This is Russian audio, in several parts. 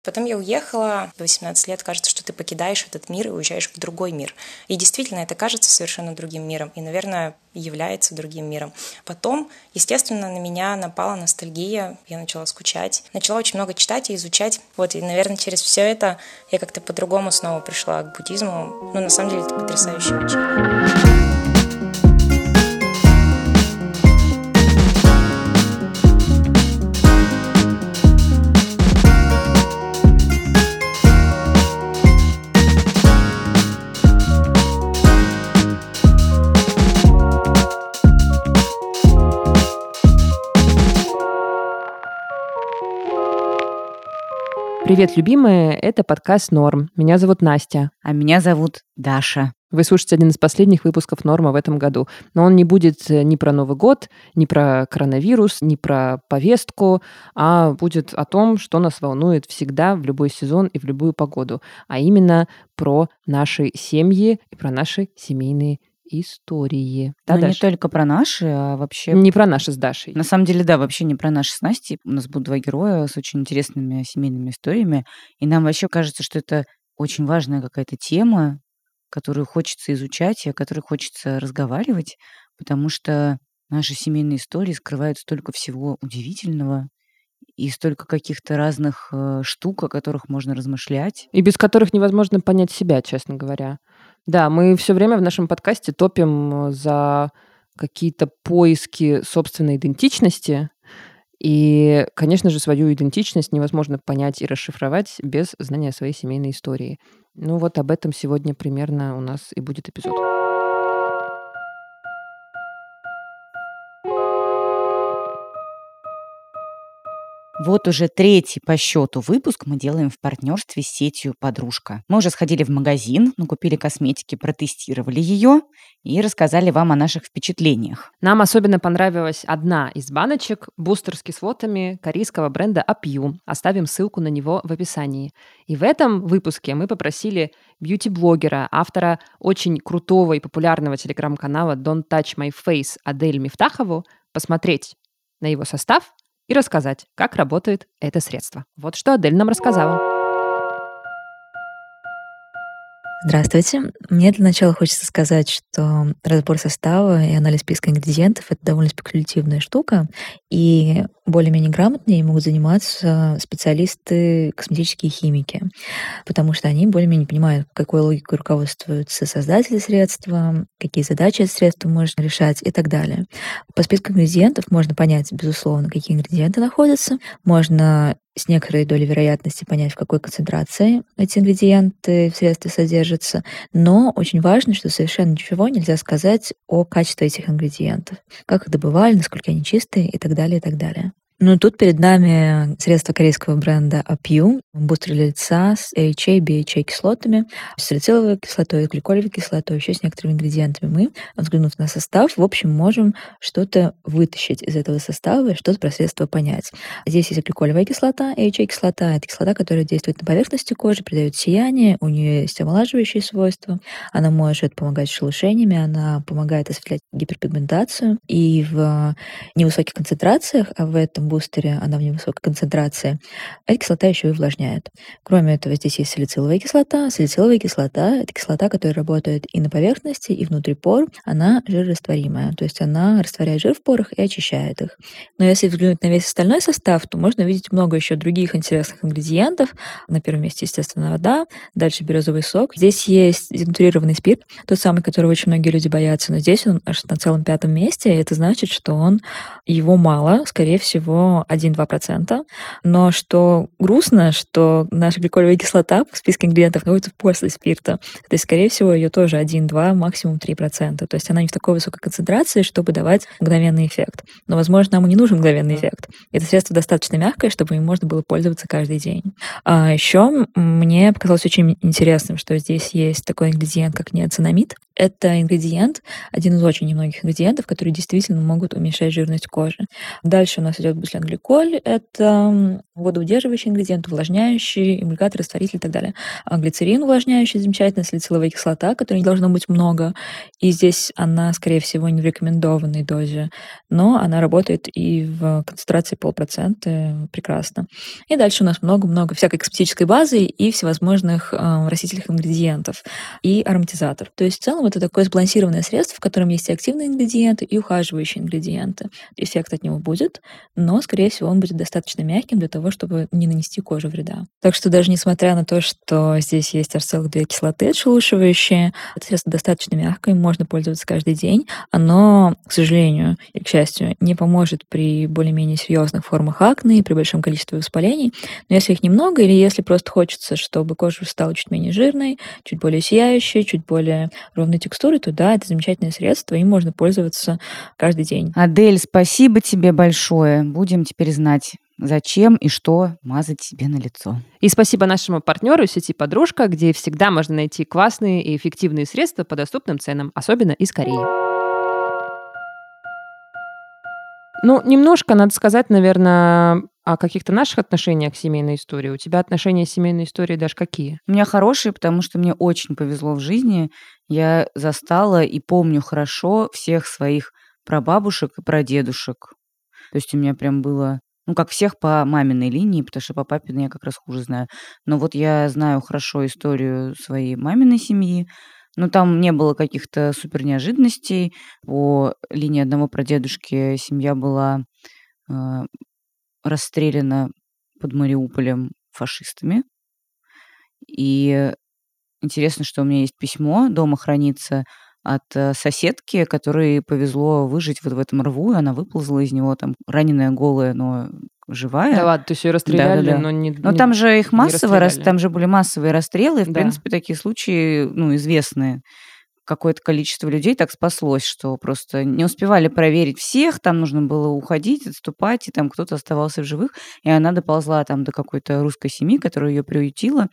Потом я уехала. В 18 лет кажется, что ты покидаешь этот мир и уезжаешь в другой мир. И действительно, это кажется совершенно другим миром. И, наверное, является другим миром. Потом, естественно, на меня напала ностальгия. Я начала скучать. Начала очень много читать и изучать. И, наверное, через все это я как-то по-другому снова пришла к буддизму. На самом деле, это потрясающее учение. Привет, любимые! Это подкаст «Норм». Меня зовут Настя. А меня зовут Даша. Вы слушаете один из последних выпусков «Норма» в этом году. Но он не будет ни про Новый год, ни про коронавирус, ни про повестку, а будет о том, что нас волнует всегда, в любой сезон и в любую погоду. А именно про наши семьи и про наши семейные истории. Да, не только про наши, а вообще... Не про наши с Дашей. На самом деле, да, вообще не про наши с Настей. У нас будут два героя с очень интересными семейными историями. И нам вообще кажется, что это очень важная какая-то тема, которую хочется изучать и о которой хочется разговаривать, потому что наши семейные истории скрывают столько всего удивительного и столько каких-то разных штук, о которых можно размышлять. И без которых невозможно понять себя, честно говоря. Да, мы все время в нашем подкасте топим за какие-то поиски собственной идентичности. И, конечно же, свою идентичность невозможно понять и расшифровать без знания своей семейной истории. Об этом сегодня примерно у нас и будет эпизод. Вот уже третий по счету выпуск мы делаем в партнерстве с сетью «Подружка». Мы уже сходили в магазин, купили косметики, протестировали ее и рассказали вам о наших впечатлениях. Нам особенно понравилась одна из баночек — бустер с кислотами корейского бренда Apyu. Оставим ссылку на него в описании. И в этом выпуске мы попросили бьюти-блогера, автора очень крутого и популярного телеграм-канала Don't Touch My Face Адель Мифтахову посмотреть на его состав и рассказать, как работает это средство. Вот что Адель нам рассказала. Здравствуйте. Мне для начала хочется сказать, что разбор состава и анализ списка ингредиентов — это довольно спекулятивная штука, и более-менее грамотно ей могут заниматься специалисты, косметические химики, потому что они более-менее понимают, какой логикой руководствуются создатели средства, какие задачи это средство может решать и так далее. По списку ингредиентов можно понять, безусловно, какие ингредиенты находятся, можно с некоторой долей вероятности понять, в какой концентрации эти ингредиенты в средстве содержатся, но очень важно, что совершенно ничего нельзя сказать о качестве этих ингредиентов, как их добывали, насколько они чистые и так далее, и так далее. Тут перед нами средство корейского бренда Apyu, бустер для лица с AHA, BHA кислотами, с салициловой кислотой, гликолевой кислотой, еще с некоторыми ингредиентами. Мы, взглянув на состав, в общем, можем что-то вытащить из этого состава и что-то про средство понять. Здесь есть гликолевая кислота, AHA кислота. Это кислота, которая действует на поверхности кожи, придает сияние, у нее есть омолаживающие свойства, она может помогать с шелушениями, она помогает осветлять гиперпигментацию. И в невысоких концентрациях, а в этом бустере она в невысокой концентрации, эта кислота еще и увлажняет. Кроме этого, здесь есть салициловая кислота. Салициловая кислота — это кислота, которая работает и на поверхности, и внутри пор. Она жирорастворимая, то есть она растворяет жир в порах и очищает их. Но если взглянуть на весь остальной состав, то можно увидеть много еще других интересных ингредиентов. На первом месте, естественно, вода, дальше березовый сок. Здесь есть денатурированный спирт, тот самый, которого очень многие люди боятся, но здесь он аж на целом 5-м месте, и это значит, что его мало, скорее всего, 1-2%. Но что грустно, что наша гликолевая кислота в списке ингредиентов находится после спирта. То есть, скорее всего, ее тоже 1-2, максимум 3%. То есть она не в такой высокой концентрации, чтобы давать мгновенный эффект. Но, возможно, нам и не нужен мгновенный эффект. Это средство достаточно мягкое, чтобы им можно было пользоваться каждый день. А еще мне показалось очень интересным, что здесь есть такой ингредиент, как ниацинамид. Это ингредиент, один из очень немногих ингредиентов, которые действительно могут уменьшать жирность кожи. Дальше у нас идет монобензоглюколь — это водоудерживающий ингредиент, увлажняющий, эмульгатор, растворитель и так далее. А глицерин увлажняющий замечательно, салициловая кислота, которой не должно быть много. И здесь она, скорее всего, не в рекомендованной дозе, но она работает и в концентрации 0,5% прекрасно. И дальше у нас много-много всякой косметической базы и всевозможных растительных ингредиентов и ароматизатор. То есть в целом это такое сбалансированное средство, в котором есть и активные ингредиенты, и ухаживающие ингредиенты. Эффект от него будет, но, скорее всего, он будет достаточно мягким для того, чтобы не нанести коже вреда. Так что даже несмотря на то, что здесь есть аж целых 2 кислоты отшелушивающие, это средство достаточно мягкое, им можно пользоваться каждый день. Оно, к сожалению и к счастью, не поможет при более-менее серьезных формах акне и при большом количестве воспалений. Но если их немного, или если просто хочется, чтобы кожа стала чуть менее жирной, чуть более сияющей, чуть более ровной текстуры, то да, это замечательное средство, им можно пользоваться каждый день. Адель, спасибо тебе большое. Будем теперь знать, зачем и что мазать себе на лицо. И спасибо нашему партнеру сети «Подружка», где всегда можно найти классные и эффективные средства по доступным ценам, особенно из Кореи. Ну, немножко, надо сказать, наверное, о каких-то наших отношениях к семейной истории. У тебя отношения с семейной историей, Даш, какие? У меня хорошие, потому что мне очень повезло в жизни. Я застала и помню хорошо всех своих прабабушек и прадедушек. То есть у меня прям было, как всех по маминой линии, потому что по папиной я как раз хуже знаю. Но вот я знаю хорошо историю своей маминой семьи. Но там не было каких-то супер неожиданностей. По линии одного прадедушки семья была расстреляна под Мариуполем фашистами. И интересно, что у меня есть письмо, дома хранится, от соседки, которой повезло выжить вот в этом рву, и она выползла из него, там, раненая, голая, но живая. Да ладно, то есть ее расстреляли, Да-да-да. но не Но там же их не массово, расстреляли. там же были массовые расстрелы, и, в Да. принципе, такие случаи, известные. Какое-то количество людей так спаслось, что просто не успевали проверить всех, там нужно было уходить, отступать, и там кто-то оставался в живых, и она доползла там до какой-то русской семьи, которая ее приютила,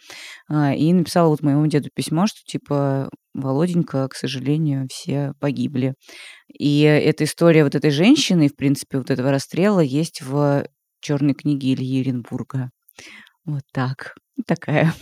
и написала вот моему деду письмо, что типа: Володенька, к сожалению, все погибли. И эта история вот этой женщины, в принципе, вот этого расстрела есть в черной книге Ильи Эренбурга. Вот так. Такая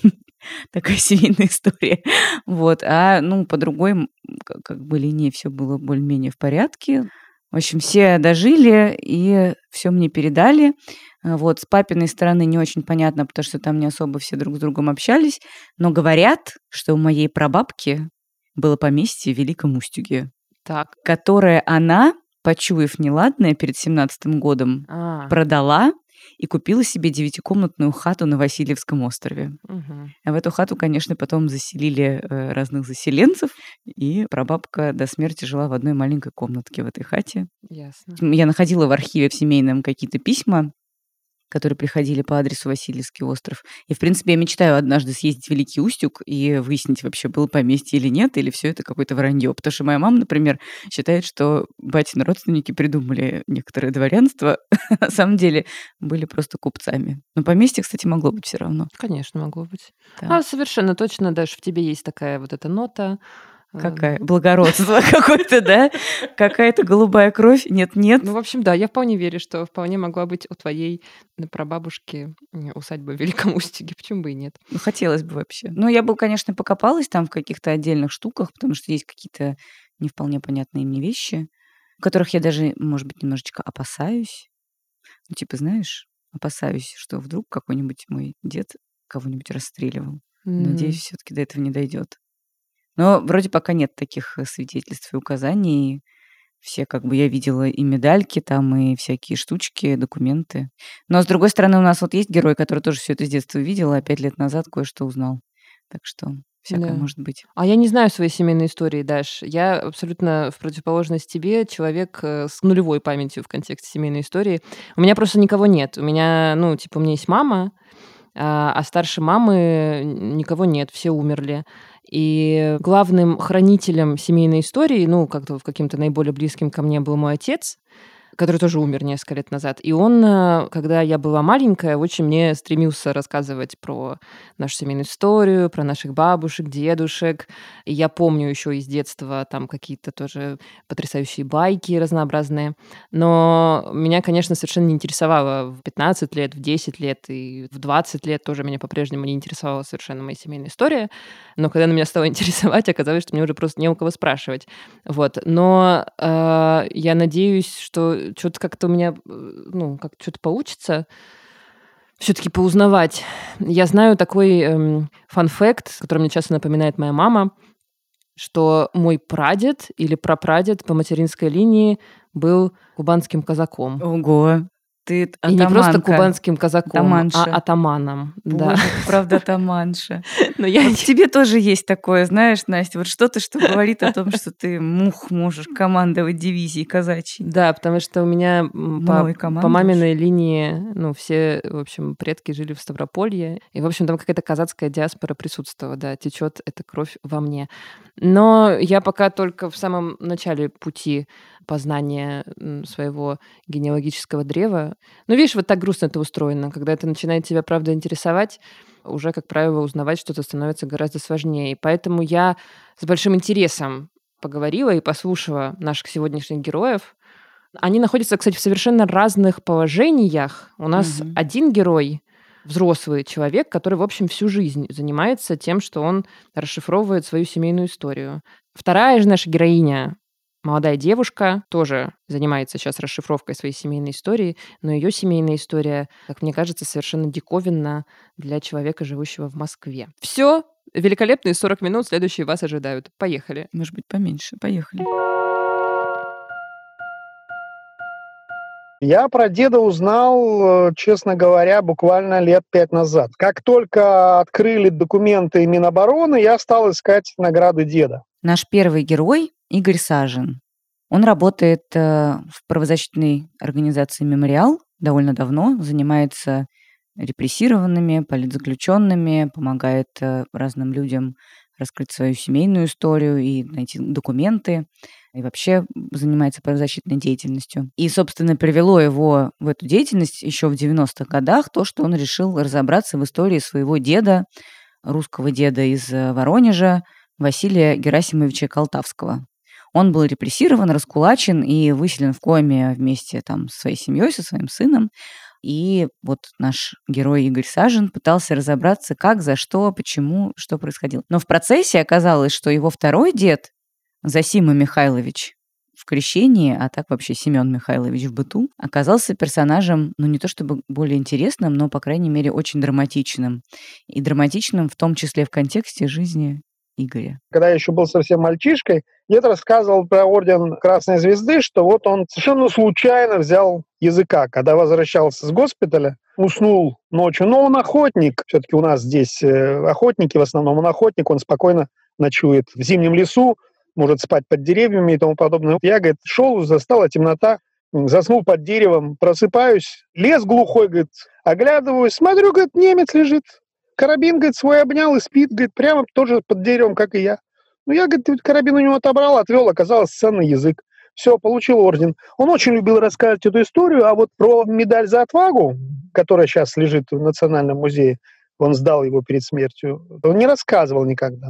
семейная история. Вот. По другой как бы линии все было более-менее в порядке. В общем, все дожили и все мне передали. Вот. С папиной стороны не очень понятно, потому что там не особо все друг с другом общались. Но говорят, что у моей прабабки было поместье в Великом Устюге, Так. которое она, почуяв неладное перед 17-м годом, продала и купила себе 9-комнатную хату на Васильевском острове. Угу. А в эту хату, конечно, потом заселили разных заселенцев, и прабабка до смерти жила в одной маленькой комнатке в этой хате. Ясно. Я находила в архиве в семейном какие-то письма, которые приходили по адресу Васильевский остров. И, в принципе, я мечтаю однажды съездить в Великий Устюг и выяснить, вообще было поместье или нет, или все это какое-то вранье. Потому что моя мама, например, считает, что батины родственники придумали некоторое дворянство, на самом деле были просто купцами. Но поместье, кстати, могло быть все равно. Конечно, могло быть. Да. Совершенно точно, даже в тебе есть такая вот эта нота. Какая? Благородство какое-то, да? Какая-то голубая кровь? Нет-нет. В общем, да, я вполне верю, что вполне могла быть у твоей прабабушки усадьба в Великом Устюге. Почему бы и нет? Хотелось бы вообще. Я бы, конечно, покопалась там в каких-то отдельных штуках, потому что есть какие-то не вполне понятные мне вещи, которых я даже, может быть, немножечко опасаюсь. Знаешь, опасаюсь, что вдруг какой-нибудь мой дед кого-нибудь расстреливал. Надеюсь, все-таки до этого не дойдет. Но вроде пока нет таких свидетельств и указаний. Все я видела и медальки там, и всякие штучки, документы. Но, с другой стороны, у нас вот есть герой, который тоже все это с детства видел, а 5 лет назад кое-что узнал. Так что всякое может быть. А я не знаю своей семейной истории, Даш. Я абсолютно в противоположность тебе человек с нулевой памятью в контексте семейной истории. У меня просто никого нет. У меня, у меня есть мама, а старше мамы никого нет, все умерли. И главным хранителем семейной истории, каким-то наиболее близким ко мне был мой отец, который тоже умер несколько лет назад. И он, когда я была маленькая, очень мне стремился рассказывать про нашу семейную историю, про наших бабушек, дедушек. И я помню еще из детства там какие-то тоже потрясающие байки разнообразные. Но меня, конечно, совершенно не интересовало в 15 лет, в 10 лет и в 20 лет тоже меня по-прежнему не интересовала совершенно моя семейная история. Но когда она меня стала интересовать, оказалось, что мне уже просто не у кого спрашивать. Вот. Но я надеюсь, что что-то как-то у меня, как что-то получится все-таки поузнавать. Я знаю такой фан-факт, который мне часто напоминает моя мама, что мой прадед или прапрадед по материнской линии был кубанским казаком. Ого, ты И не просто атаманка. кубанским казаком, а Атаманша. атаманом. Да. Боже, ты правда атаманша. Но я Вот в тебе тоже есть такое, знаешь, Настя, вот что-то, что говорит о том, что ты можешь командовать дивизией казачьей. Да, потому что у меня Мной по командуешь? маминой линии, все, в общем, предки жили в Ставрополье. И, в общем, там какая-то казацкая диаспора присутствовала, да, течет эта кровь во мне. Но я пока только в самом начале пути познания своего генеалогического древа. Ну, видишь, вот так грустно это устроено. Когда это начинает тебя, правда, интересовать, уже, как правило, узнавать что-то становится гораздо сложнее. И поэтому я с большим интересом поговорила и послушала наших сегодняшних героев. Они находятся, кстати, в совершенно разных положениях. У нас один герой, взрослый человек, который, в общем, всю жизнь занимается тем, что он расшифровывает свою семейную историю. Вторая же наша героиня, молодая девушка, тоже занимается сейчас расшифровкой своей семейной истории, но ее семейная история, как мне кажется, совершенно диковинна для человека, живущего в Москве. Все, великолепные 40 минут следующие вас ожидают. Поехали. Может быть, поменьше. Поехали. Я про деда узнал, честно говоря, буквально лет 5 назад. Как только открыли документы Минобороны, я стал искать награды деда. Наш первый герой Игорь Сажин. Он работает в правозащитной организации «Мемориал» довольно давно, занимается репрессированными, политзаключенными, помогает разным людям раскрыть свою семейную историю и найти документы, и вообще занимается правозащитной деятельностью. И, собственно, привело его в эту деятельность еще в 90-х годах то, что он решил разобраться в истории своего деда, русского деда из Воронежа, Василия Герасимовича Колтавского. Он был репрессирован, раскулачен и выселен в коме вместе со своей семьей, со своим сыном. И вот наш герой Игорь Сажин пытался разобраться, как, за что, почему, что происходило. Но в процессе оказалось, что его второй дед, Зосима Михайлович в крещении, а так вообще Семен Михайлович в быту, оказался персонажем, не то чтобы более интересным, но, по крайней мере, очень драматичным. И драматичным в том числе в контексте жизни Игоря. Когда я еще был совсем мальчишкой, дед рассказывал про орден Красной Звезды, что вот он совершенно случайно взял языка, когда возвращался с госпиталя, уснул ночью. Но он охотник, все-таки у нас здесь охотники в основном, он охотник, он спокойно ночует в зимнем лесу, может спать под деревьями и тому подобное. Я, говорит, шел, застала темнота, заснул под деревом, просыпаюсь, лес глухой, говорит, оглядываюсь, смотрю, говорит, немец лежит. Карабин, говорит, свой обнял и спит, говорит, прямо тоже под деревом, как и я. Я, говорит, карабин у него отобрал, отвел, оказалось ценный язык. Все, получил орден. Он очень любил рассказывать эту историю, а вот про медаль за отвагу, которая сейчас лежит в Национальном музее, он сдал его перед смертью, он не рассказывал никогда.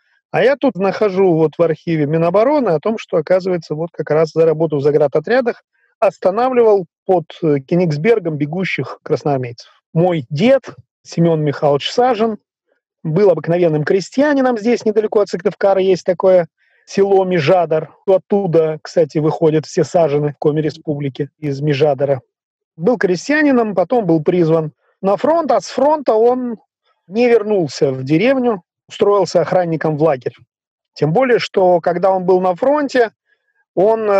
А я тут нахожу вот в архиве Минобороны о том, что, оказывается, вот как раз за работу в заградотрядах останавливал под Кенигсбергом бегущих красноармейцев. Мой дед, Семен Михайлович Сажин, был обыкновенным крестьянином. Здесь недалеко от Сыктывкара есть такое село Межадар. Оттуда, кстати, выходят все Сажины в Коми Республике, из Межадара. Был крестьянином, потом был призван на фронт, а с фронта он не вернулся в деревню, устроился охранником в лагерь. Тем более, что когда он был на фронте, он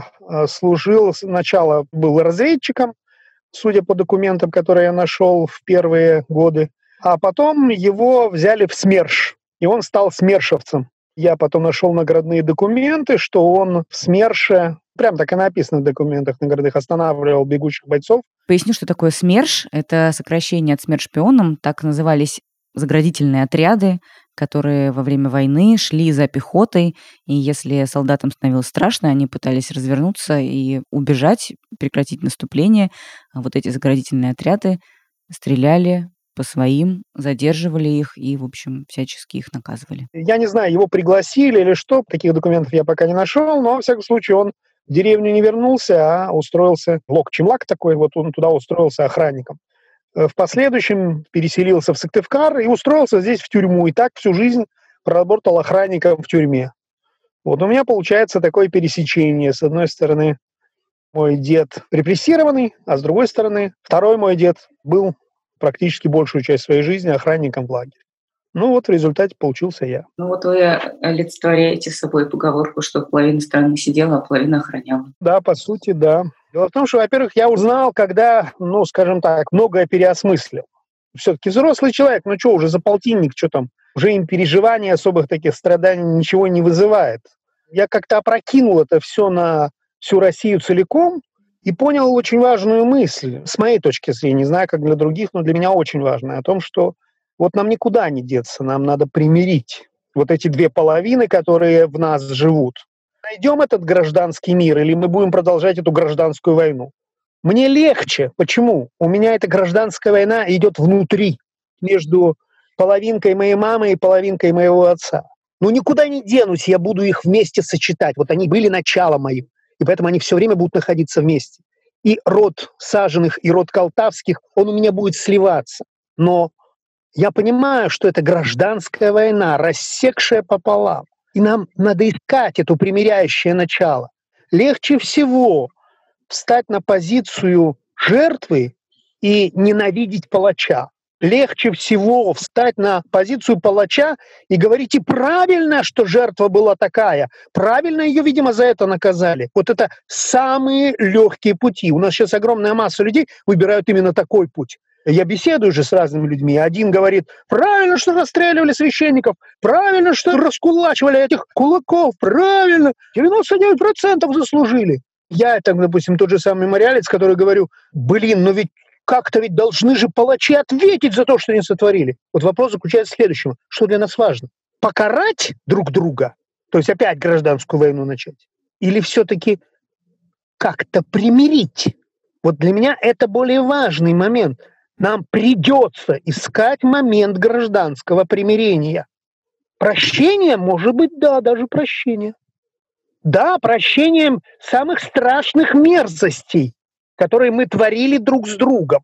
служил, сначала был разведчиком, судя по документам, которые я нашел в первые годы, а потом его взяли в СМЕРШ, и он стал смершевцем. Я потом нашел наградные документы, что он в СМЕРШе, прям так и написано в документах наградных, останавливал бегущих бойцов. Поясню, что такое СМЕРШ. Это сокращение от смерть шпионам. Так назывались заградительные отряды, которые во время войны шли за пехотой, и если солдатам становилось страшно, они пытались развернуться и убежать, прекратить наступление. А вот эти заградительные отряды стреляли по своим, задерживали их и, в общем, всячески их наказывали. Я не знаю, его пригласили или что, таких документов я пока не нашел, но, во всяком случае, он в деревню не вернулся, а устроился в Лок-Чимлак такой, вот он туда устроился охранником. В последующем переселился в Сыктывкар и устроился здесь в тюрьму. И так всю жизнь проработал охранником в тюрьме. Вот у меня получается такое пересечение. С одной стороны, мой дед репрессированный, а с другой стороны, второй мой дед был практически большую часть своей жизни охранником в лагере. Ну вот в результате получился я. Ну вот вы олицетворяете собой поговорку, что половина страны сидела, а половина охраняла. Да, по сути, да. Дело в том, что, во-первых, я узнал, когда, скажем так, многое переосмыслил. Все-таки взрослый человек, что уже за полтинник, что там, уже им переживаний, особых таких страданий ничего не вызывает. Я как-то опрокинул это все на всю Россию целиком и понял очень важную мысль, с моей точки зрения, не знаю, как для других, но для меня очень важная, о том, что вот нам никуда не деться, нам надо примирить вот эти две половины, которые в нас живут. Найдем этот гражданский мир или мы будем продолжать эту гражданскую войну? Мне легче. Почему? У меня эта гражданская война идет внутри, между половинкой моей мамы и половинкой моего отца. Никуда не денусь, я буду их вместе сочетать. Вот они были началом моим, и поэтому они все время будут находиться вместе. И род Сажиных, и род Колтавских, он у меня будет сливаться. Но я понимаю, что это гражданская война, рассекшая пополам. И нам надо искать это примиряющее начало. Легче всего встать на позицию жертвы и ненавидеть палача. Легче всего встать на позицию палача и говорить, и правильно, что жертва была такая. Правильно ее, видимо, за это наказали. Вот это самые легкие пути. У нас сейчас огромная масса людей выбирают именно такой путь. Я беседую же с разными людьми. Один говорит, правильно, что расстреливали священников, правильно, что раскулачивали этих кулаков, правильно, 99% заслужили. Я, допустим, тот же самый мемориалец, который говорю, но ведь как-то ведь должны же палачи ответить за то, что они сотворили. Вот вопрос заключается в следующем. Что для нас важно? Покарать друг друга, то есть опять гражданскую войну начать? Или все-таки как-то примирить? Вот для меня это более важный момент. Нам придется искать момент гражданского примирения. Прощение, может быть, да, даже прощение. Да, прощением самых страшных мерзостей, которые мы творили друг с другом.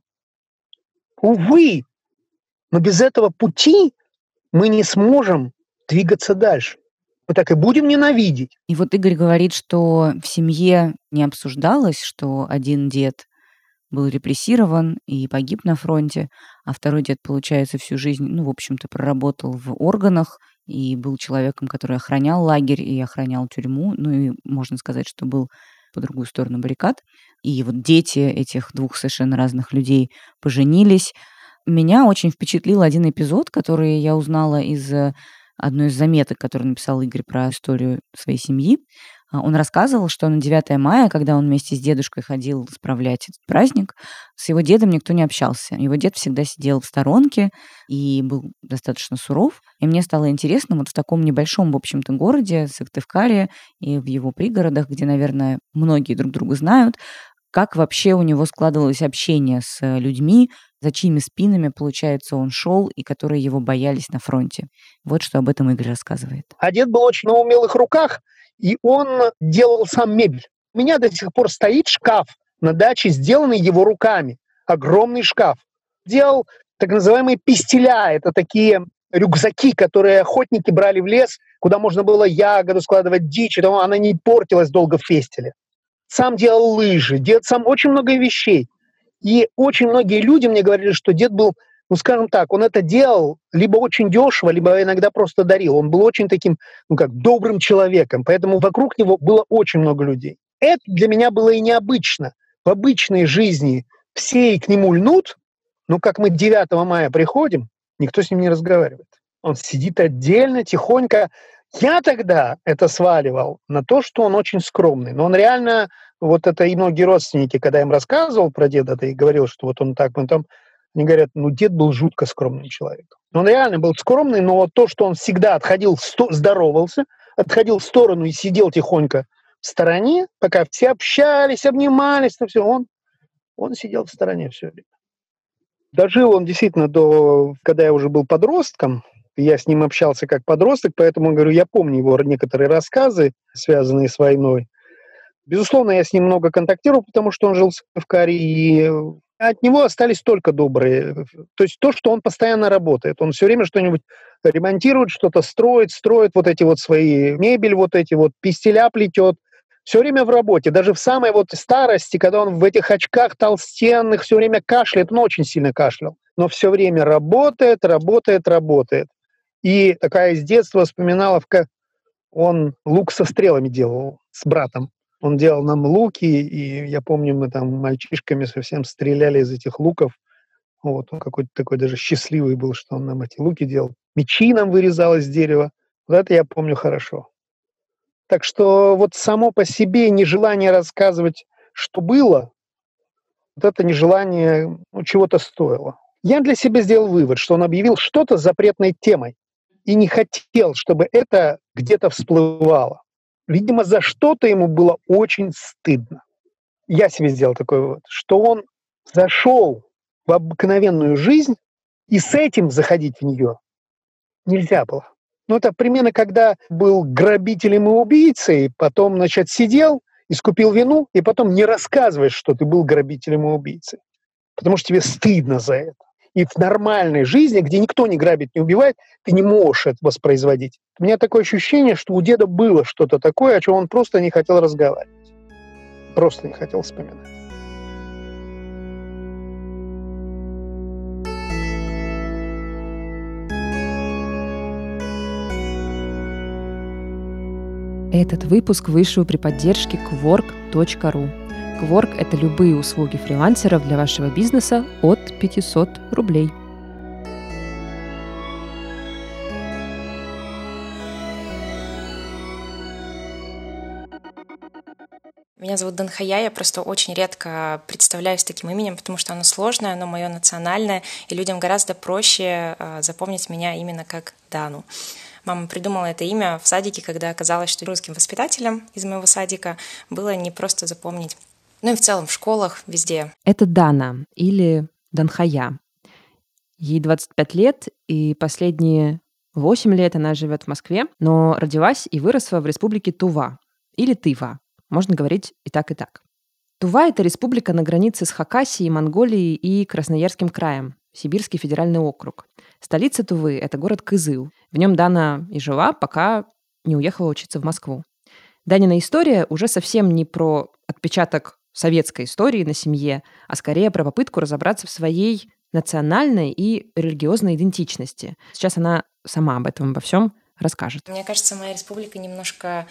Увы, но без этого пути мы не сможем двигаться дальше. Мы так и будем ненавидеть. И вот Игорь говорит, что в семье не обсуждалось, что один дед был репрессирован и погиб на фронте, а второй дед, получается, всю жизнь, в общем-то, проработал в органах и был человеком, который охранял лагерь и охранял тюрьму, и можно сказать, что был по другую сторону баррикад. И вот дети этих двух совершенно разных людей поженились. Меня очень впечатлил один эпизод, который я узнала из одной из заметок, которую написал Игорь про историю своей семьи. Он рассказывал, что на 9 мая, когда он вместе с дедушкой ходил справлять этот праздник, с его дедом никто не общался. Его дед всегда сидел в сторонке и был достаточно суров. И мне стало интересно, вот в таком небольшом, в общем-то, городе, Сыктывкаре и в его пригородах, где, наверное, многие друг друга знают, как вообще у него складывалось общение с людьми, за чьими спинами, получается, он шел и которые его боялись на фронте. Вот что об этом Игорь рассказывает. А дед был очень на умелых руках, и он делал сам мебель. У меня до сих пор стоит шкаф на даче, сделанный его руками. Огромный шкаф. Делал так называемые пистеля. Это такие рюкзаки, которые охотники брали в лес, куда можно было ягоду складывать, дичь, и она не портилась долго в фестеле. Сам делал лыжи, дед сам очень много вещей. И очень многие люди мне говорили, что дед был, скажем так, он это делал либо очень дешево, либо иногда просто дарил. Он был очень таким, добрым человеком, поэтому вокруг него было очень много людей. Это для меня было и необычно. В обычной жизни все и к нему льнут, но как мы 9 мая приходим, никто с ним не разговаривает. Он сидит отдельно, тихонько. Я тогда это сваливал на то, что он очень скромный. Но он реально, вот это и многие родственники, когда я им рассказывал про деда, и говорил, что вот он так, он там, они говорят, дед был жутко скромным человеком. Он реально был скромный, но вот то, что он всегда здоровался, отходил в сторону и сидел тихонько в стороне, пока все общались, обнимались, то все, он сидел в стороне все время. Дожил он действительно когда я уже был подростком, я с ним общался как подросток, поэтому, говорю, я помню его некоторые рассказы, связанные с войной. Безусловно, я с ним много контактировал, потому что он жил в Сыктывкаре, и от него остались только добрые. То есть то, что он постоянно работает. Он все время что-нибудь ремонтирует, что-то строит вот эти вот свои мебель, вот эти вот пистеля плетет. Все время в работе. Даже в самой вот старости, когда он в этих очках толстенных все время кашляет, он очень сильно кашлял. Но все время работает. И такая из детства вспоминала, как он лук со стрелами делал с братом. Он делал нам луки, и я помню, мы там мальчишками совсем стреляли из этих луков. Вот, он какой-то такой даже счастливый был, что он нам эти луки делал. Мечи нам вырезал из дерева. Вот это я помню хорошо. Так что вот само по себе нежелание рассказывать, что было, вот это нежелание чего-то стоило. Я для себя сделал вывод, что он объявил что-то запретной темой и не хотел, чтобы это где-то всплывало. Видимо, за что-то ему было очень стыдно. Я себе сделал такой вывод, что он зашел в обыкновенную жизнь, и с этим заходить в нее нельзя было. Ну, это примерно, когда был грабителем и убийцей, потом, сидел, искупил вину, и потом не рассказываешь, что ты был грабителем и убийцей. Потому что тебе стыдно за это. И в нормальной жизни, где никто не грабит, не убивает, ты не можешь это воспроизводить. У меня такое ощущение, что у деда было что-то такое, о чем он просто не хотел разговаривать. Просто не хотел вспоминать. Этот выпуск вышел при поддержке Quark.ru. Quark – это любые услуги фрилансеров для вашего бизнеса от 500 рублей. Меня зовут Данхая, я просто очень редко представляюсь таким именем, потому что оно сложное, оно мое национальное, и людям гораздо проще запомнить меня именно как Дану. Мама придумала это имя в садике, когда оказалось, что русским воспитателям из моего садика было не просто запомнить. Ну и в целом в школах, везде. Это Дана или Данхая. Ей 25 лет, и последние 8 лет она живет в Москве, но родилась и выросла в республике Тува или Тыва. Можно говорить и так, и так. Тува – это республика на границе с Хакасией, Монголией и Красноярским краем, Сибирский федеральный округ. Столица Тувы – это город Кызыл. В нем Дана и жила, пока не уехала учиться в Москву. Данина история уже совсем не про отпечаток советской истории на семье, а скорее про попытку разобраться в своей национальной и религиозной идентичности. Сейчас она сама об этом обо всем расскажет. Мне кажется, моя республика немножко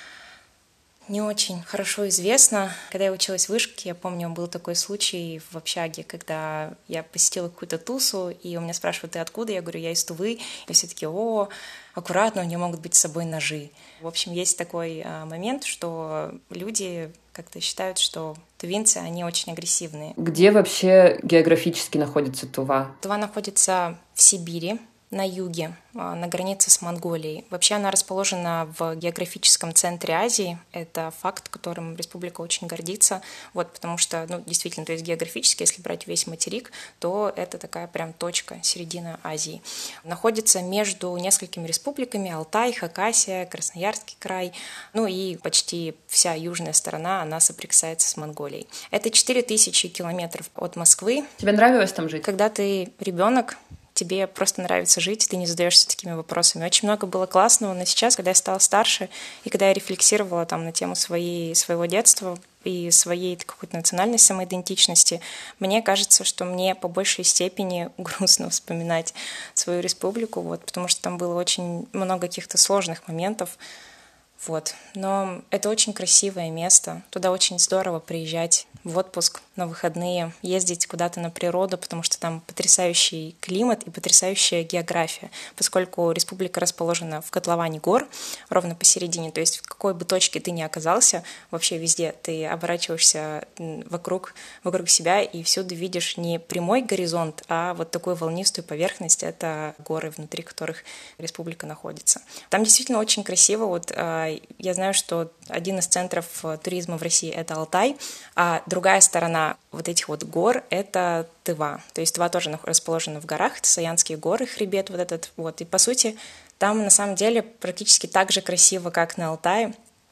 не очень хорошо известна. Когда я училась в вышке, я помню, был такой случай в общаге, когда я посетила какую-то тусу, и у меня спрашивают: ты откуда? Я говорю: я из Тувы. И все таки: о, аккуратно, у нее могут быть с собой ножи. В общем, есть такой момент, что люди как-то считают, что тувинцы, они очень агрессивные. Где вообще географически находится Тува? Тува находится в Сибири, на юге, на границе с Монголией. Вообще она расположена в географическом центре Азии. Это факт, которым республика очень гордится. Вот, потому что, действительно, то есть географически, если брать весь материк, то это такая прям точка, середина Азии. Находится между несколькими республиками: Алтай, Хакасия, Красноярский край. И почти вся южная сторона, она соприкасается с Монголией. Это 4000 километров от Москвы. Тебе нравилось там жить? Когда ты ребенок, тебе просто нравится жить, ты не задаешься такими вопросами. Очень много было классного, но сейчас, когда я стала старше, и когда я рефлексировала на тему своего детства и своей какой-то национальной самоидентичности, мне кажется, что мне по большей степени грустно вспоминать свою республику, потому что там было очень много каких-то сложных моментов. Вот. Но это очень красивое место. Туда очень здорово приезжать в отпуск на выходные, ездить куда-то на природу, потому что там потрясающий климат и потрясающая география, поскольку республика расположена в котловане гор, ровно посередине, то есть в какой бы точке ты ни оказался, вообще везде ты оборачиваешься вокруг себя и всюду видишь не прямой горизонт, а вот такую волнистую поверхность, это горы, внутри которых республика находится. Там действительно очень красиво. Вот я знаю, что один из центров туризма в России — это Алтай, а другая сторона вот этих вот гор — это Тыва. То есть Тыва тоже расположена в горах, это Саянские горы, хребет вот этот вот. И по сути там на самом деле практически так же красиво, как на Алтае.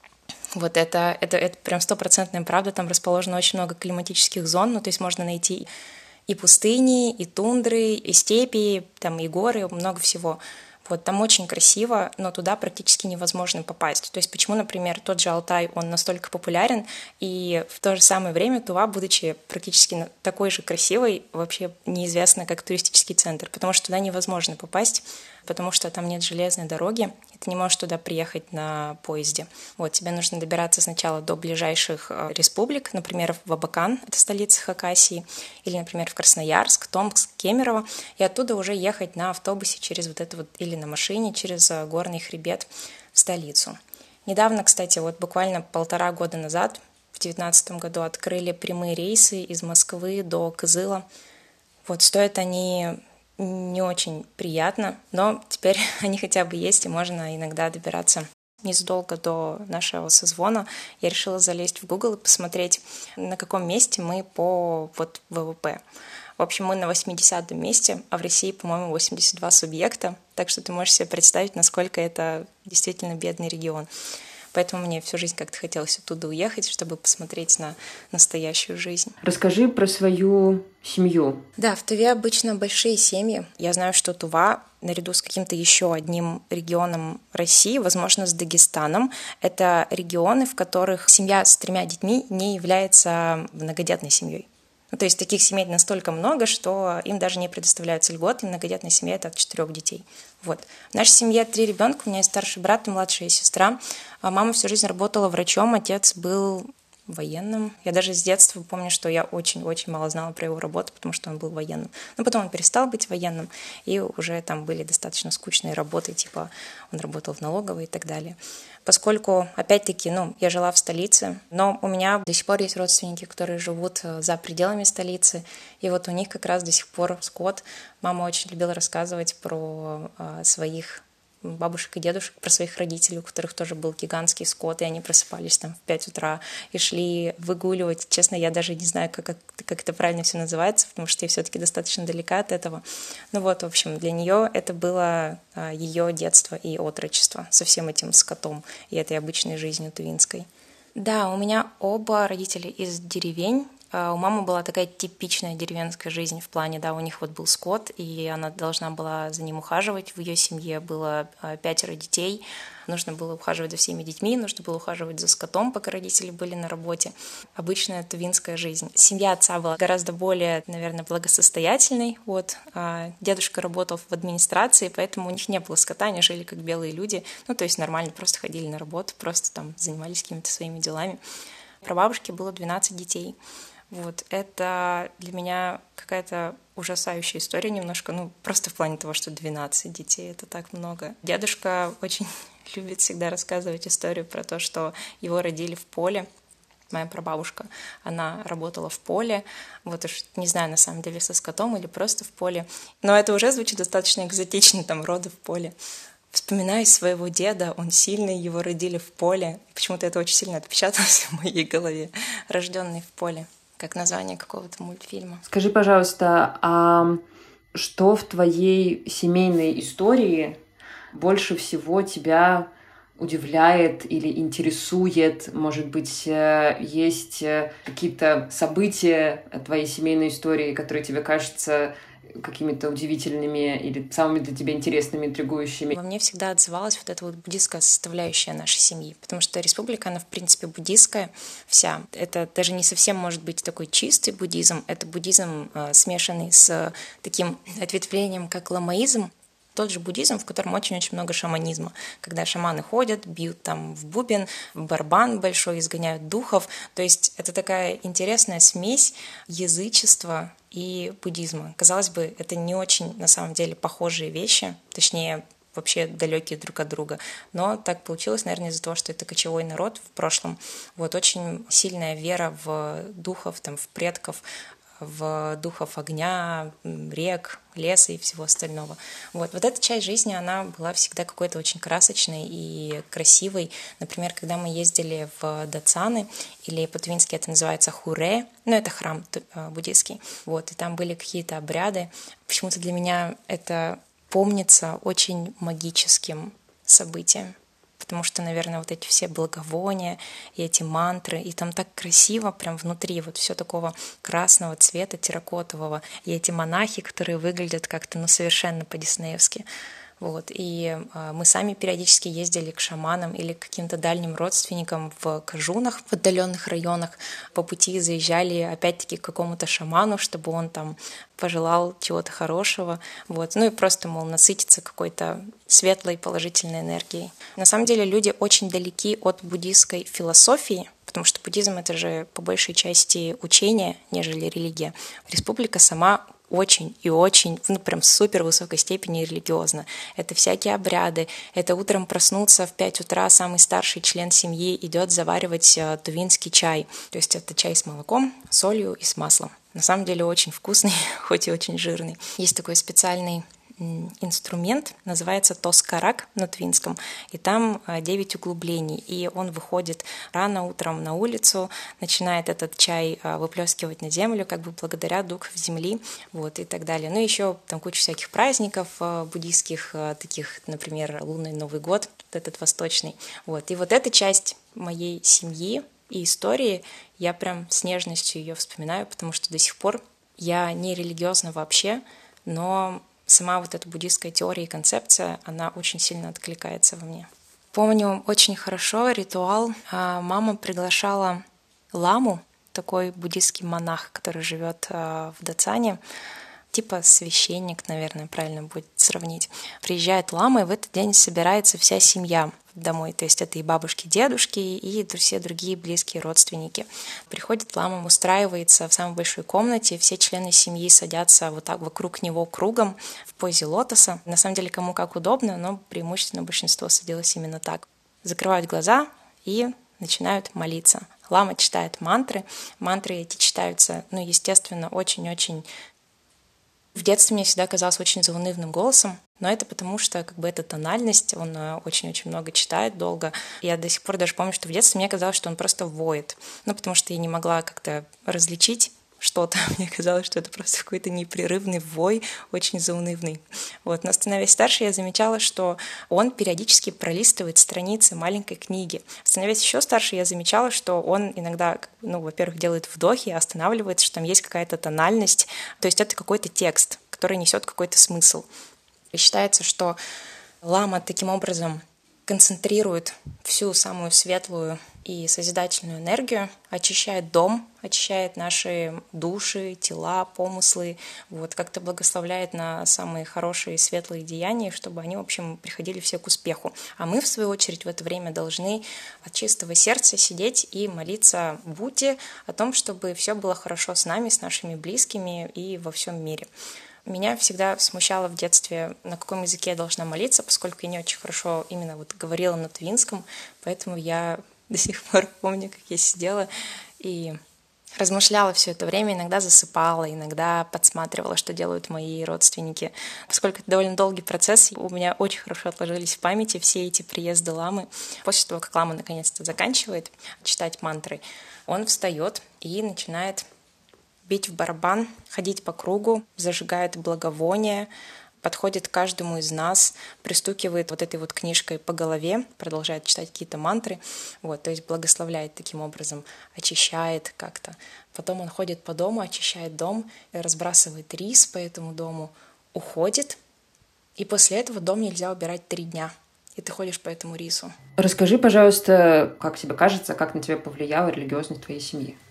Вот это прям стопроцентная правда. Там расположено очень много климатических зон, ну то есть можно найти и пустыни, и тундры, и степи, там и горы, много всего. Вот, там очень красиво, но туда практически невозможно попасть. То есть почему, например, тот же Алтай, он настолько популярен, и в то же самое время Тува, будучи практически такой же красивой, вообще неизвестна как туристический центр, потому что туда невозможно попасть, потому что там нет железной дороги, и ты не можешь туда приехать на поезде. Вот, тебе нужно добираться сначала до ближайших республик, например, в Абакан, это столица Хакасии, или, например, в Красноярск, Томск, Кемерово, и оттуда уже ехать на автобусе через вот это вот, или на машине через горный хребет в столицу. Недавно, кстати, вот буквально 1,5 года назад, в 2019 году, открыли прямые рейсы из Москвы до Кызыла. Вот, стоят они не очень приятно, но теперь они хотя бы есть, и можно иногда добираться незадолго до нашего созвона. Я решила залезть в Google и посмотреть, на каком месте мы по вот ВВП. В общем, мы на 80-м месте, а в России, по-моему, 82 субъекта, так что ты можешь себе представить, насколько это действительно бедный регион. Поэтому мне всю жизнь как-то хотелось оттуда уехать, чтобы посмотреть на настоящую жизнь. Расскажи про свою семью. Да, в Туве обычно большие семьи. Я знаю, что Тува, наряду с каким-то еще одним регионом России, возможно, с Дагестаном, это регионы, в которых семья с 3 детьми не является многодетной семьей. Ну, то есть таких семей настолько много, что им даже не предоставляются льготы, и многодетная семья — это от 4 детей. Вот. В нашей семье 3 ребенка, у меня есть старший брат и младшая сестра. Мама всю жизнь работала врачом, отец был военным. Я даже с детства помню, что я очень-очень мало знала про его работу, потому что он был военным. Но потом он перестал быть военным, и уже там были достаточно скучные работы, типа он работал в налоговой и так далее. Поскольку, опять-таки, я жила в столице, но у меня до сих пор есть родственники, которые живут за пределами столицы, и вот у них как раз до сих пор скот. Мама очень любила рассказывать про своих бабушек и дедушек, про своих родителей, у которых тоже был гигантский скот, и они просыпались там в 5 утра и шли выгуливать. Честно, я даже не знаю, как это правильно все называется, потому что я все-таки достаточно далека от этого. Ну вот, в общем, для нее это было ее детство и отрочество со всем этим скотом и этой обычной жизнью тувинской. Да, у меня оба родителя из деревень. У мамы была такая типичная деревенская жизнь в плане, да, у них вот был скот, и она должна была за ним ухаживать. В ее семье было 5 детей, нужно было ухаживать за всеми детьми, нужно было ухаживать за скотом, пока родители были на работе. Обычная тувинская жизнь. Семья отца была гораздо более, наверное, благосостоятельной. Вот. Дедушка работал в администрации, поэтому у них не было скота, они жили как белые люди. Ну, то есть нормально, просто ходили на работу, просто там занимались какими-то своими делами. Про бабушки было 12 детей. Вот, это для меня какая-то ужасающая история немножко, просто в плане того, что 12 детей — это так много. Дедушка очень любит всегда рассказывать историю про то, что его родили в поле. Моя прабабушка, она работала в поле, вот уж не знаю, на самом деле, со скотом или просто в поле, но это уже звучит достаточно экзотично, там, роды в поле. Вспоминаю своего деда, он сильный, его родили в поле. Почему-то это очень сильно отпечаталось в моей голове. Рожденный в поле, как название какого-то мультфильма. Скажи, пожалуйста, а что в твоей семейной истории больше всего тебя удивляет или интересует? Может быть, есть какие-то события твоей семейной истории, которые тебе кажутся какими-то удивительными или самыми для тебя интересными, интригующими? Во мне всегда отзывалась вот эта вот буддистская составляющая нашей семьи, потому что республика, она в принципе буддистская вся. Это даже не совсем может быть такой чистый буддизм, это буддизм, смешанный с таким ответвлением, как ламаизм. тот же буддизм, в котором очень-очень много шаманизма, когда шаманы ходят, бьют там в бубен, в барабан большой, изгоняют духов. То есть это такая интересная смесь язычества и буддизма. Казалось бы, это не очень на самом деле похожие вещи, точнее, вообще далекие друг от друга. Но так получилось, наверное, из-за того, что это кочевой народ в прошлом. Вот очень сильная вера в духов, там, в предков, в духов огня, рек, леса и всего остального. Вот эта часть жизни, она была всегда какой-то очень красочной и красивой. Например, когда мы ездили в Дацаны, или по-твински это называется Хуре, это храм буддийский, и там были какие-то обряды. Почему-то для меня это помнится очень магическим событием. Потому что, наверное, вот эти все благовония и эти мантры, и там так красиво прям внутри, все такого красного цвета, терракотового, и эти монахи, которые выглядят как-то, совершенно по-диснеевски. И мы сами периодически ездили к шаманам или к каким-то дальним родственникам в Кажунах, в отдаленных районах. По пути заезжали опять-таки к какому-то шаману, чтобы он там пожелал чего-то хорошего. И просто, насытиться какой-то светлой положительной энергией. На самом деле люди очень далеки от буддийской философии, потому что буддизм — это же по большей части учение, нежели религия. Республика сама очень и очень, прям супер высокой степени религиозно. Это всякие обряды, это утром проснуться в 5 утра, самый старший член семьи идет заваривать тувинский чай. То есть это чай с молоком, солью и с маслом. На самом деле очень вкусный, хоть и очень жирный. Есть такой специальный инструмент, называется тоскарак на твинском, и там 9 углублений, и он выходит рано утром на улицу, начинает этот чай выплескивать на землю, как бы благодаря духов земли, и так далее. Еще там куча всяких праздников буддийских, таких, например, лунный Новый год, этот восточный. И эта часть моей семьи и истории, я прям с нежностью ее вспоминаю, потому что до сих пор я не религиозна вообще, но сама эта буддийская теория и концепция, она очень сильно откликается во мне. Помню очень хорошо ритуал. Мама приглашала ламу, такой буддийский монах, который живет в Дацане, типа священник, наверное, правильно будет сравнить. Приезжает лама, и в этот день собирается вся семья домой. То есть это и бабушки, дедушки, и все другие близкие родственники. Приходит лама, устраивается в самой большой комнате, все члены семьи садятся так вокруг него кругом в позе лотоса. На самом деле, кому как удобно, но преимущественно большинство садилось именно так. Закрывают глаза и начинают молиться. Лама читает мантры. Мантры эти читаются, естественно, очень-очень... В детстве мне всегда казалось очень заунывным голосом, но это потому, что эта тональность, он очень-очень много читает долго. Я до сих пор даже помню, что в детстве мне казалось, что он просто воет. Потому что я не могла как-то различить что-то. Мне казалось, что это просто какой-то непрерывный вой, очень заунывный. Но становясь старше, я замечала, что он периодически пролистывает страницы маленькой книги. Становясь еще старше, я замечала, что он иногда, во-первых, делает вдохи, останавливается, что там есть какая-то тональность. То есть это какой-то текст, который несет какой-то смысл. И считается, что лама таким образом концентрирует всю самую светлую и созидательную энергию, очищает дом, очищает наши души, тела, помыслы, как-то благословляет на самые хорошие светлые деяния, чтобы они, в общем, приходили все к успеху. А мы, в свою очередь, в это время должны от чистого сердца сидеть и молиться Будде о том, чтобы все было хорошо с нами, с нашими близкими и во всем мире. Меня всегда смущало в детстве, на каком языке я должна молиться, поскольку я не очень хорошо именно говорила на твинском, поэтому я до сих пор помню, как я сидела и размышляла все это время, иногда засыпала, иногда подсматривала, что делают мои родственники. Поскольку это довольно долгий процесс, у меня очень хорошо отложились в памяти все эти приезды ламы. После того, как лама наконец-то заканчивает читать мантры, он встает и начинает бить в барабан, ходить по кругу, зажигает благовония, подходит к каждому из нас, пристукивает этой книжкой по голове, продолжает читать какие-то мантры, то есть благословляет таким образом, очищает как-то. Потом он ходит по дому, очищает дом, разбрасывает рис по этому дому, уходит, и после этого дом нельзя убирать 3 дня. И ты ходишь по этому рису. Расскажи, пожалуйста, как тебе кажется, как на тебя повлияла религиозность твоей семьи?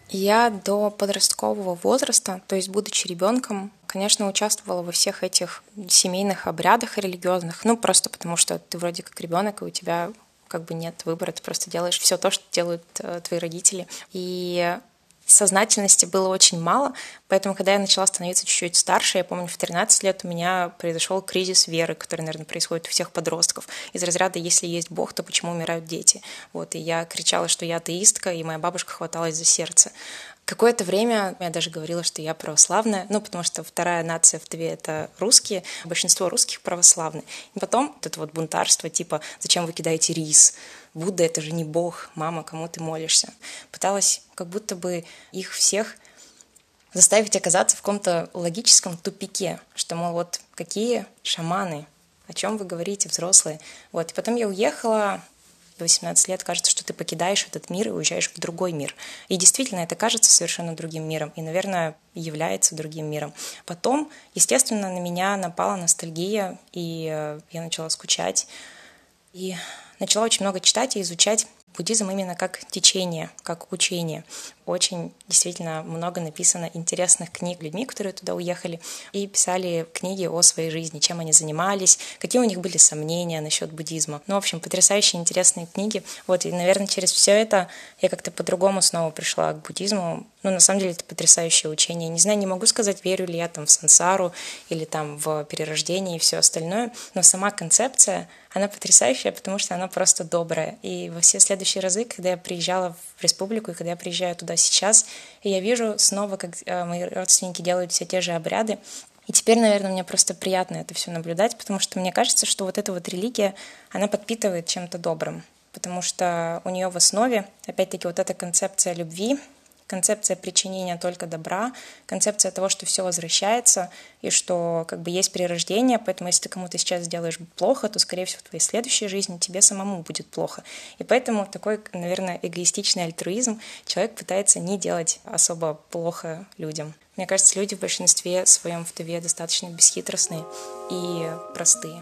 Я до подросткового возраста, то есть будучи ребенком, конечно, участвовала во всех этих семейных обрядах религиозных, ну просто потому что ты вроде как ребенок, и у тебя как бы нет выбора, ты просто делаешь все то, что делают твои родители. И сознательности было очень мало, поэтому, когда я начала становиться чуть-чуть старше, я помню, в 13 лет у меня произошел кризис веры, который, наверное, происходит у всех подростков. Из разряда «если есть Бог, то почему умирают дети?» Вот, и я кричала, что я атеистка, и моя бабушка хваталась за сердце. Какое-то время я даже говорила, что я православная, ну, потому что вторая нация в Тыве — это русские, большинство русских православны. И потом вот это вот бунтарство, типа «зачем вы кидаете рис? Будда — это же не Бог, мама, кому ты молишься?» Пыталась как будто бы их всех заставить оказаться в каком-то логическом тупике, что, мол, вот какие шаманы, о чем вы говорите, взрослые. Вот. И потом я уехала. В 18 лет кажется, что ты покидаешь этот мир и уезжаешь в другой мир. И действительно, это кажется совершенно другим миром. И, наверное, является другим миром. Потом, естественно, на меня напала ностальгия, и я начала скучать. И начала очень много читать и изучать буддизм именно как течение, как учение. Очень действительно много написано интересных книг людьми, которые туда уехали, и писали книги о своей жизни, чем они занимались, какие у них были сомнения насчет буддизма. Ну, в общем, потрясающие интересные книги. Вот, и, наверное, через все это я как-то по-другому снова пришла к буддизму. Ну, на самом деле, это потрясающее учение. Не знаю, не могу сказать, верю ли я там в сансару или там в перерождение и все остальное, но сама концепция, она потрясающая, потому что она просто добрая. И во все следующие разы, когда я приезжала в республику, и когда я приезжаю туда сейчас, и я вижу снова, как мои родственники делают все те же обряды, и теперь, наверное, мне просто приятно это все наблюдать, потому что мне кажется, что вот эта вот религия, она подпитывает чем-то добрым, потому что у нее в основе, опять-таки, вот эта концепция любви, концепция причинения только добра, концепция того, что все возвращается и что как бы есть перерождение, поэтому если ты кому-то сейчас сделаешь плохо, то, скорее всего, в твоей следующей жизни тебе самому будет плохо. И поэтому такой, наверное, эгоистичный альтруизм, человек пытается не делать особо плохо людям. Мне кажется, люди в большинстве своем в Тыве достаточно бесхитростные и простые.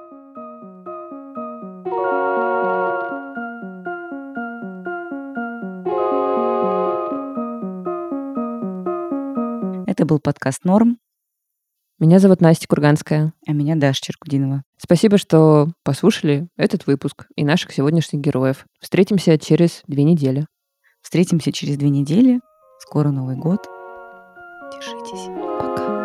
Это был подкаст «Норм». Меня зовут Настя Курганская. А меня Даша Черкудинова. Спасибо, что послушали этот выпуск и наших сегодняшних героев. Встретимся через 2 недели. Встретимся через 2 недели. Скоро Новый год. Держитесь. Пока.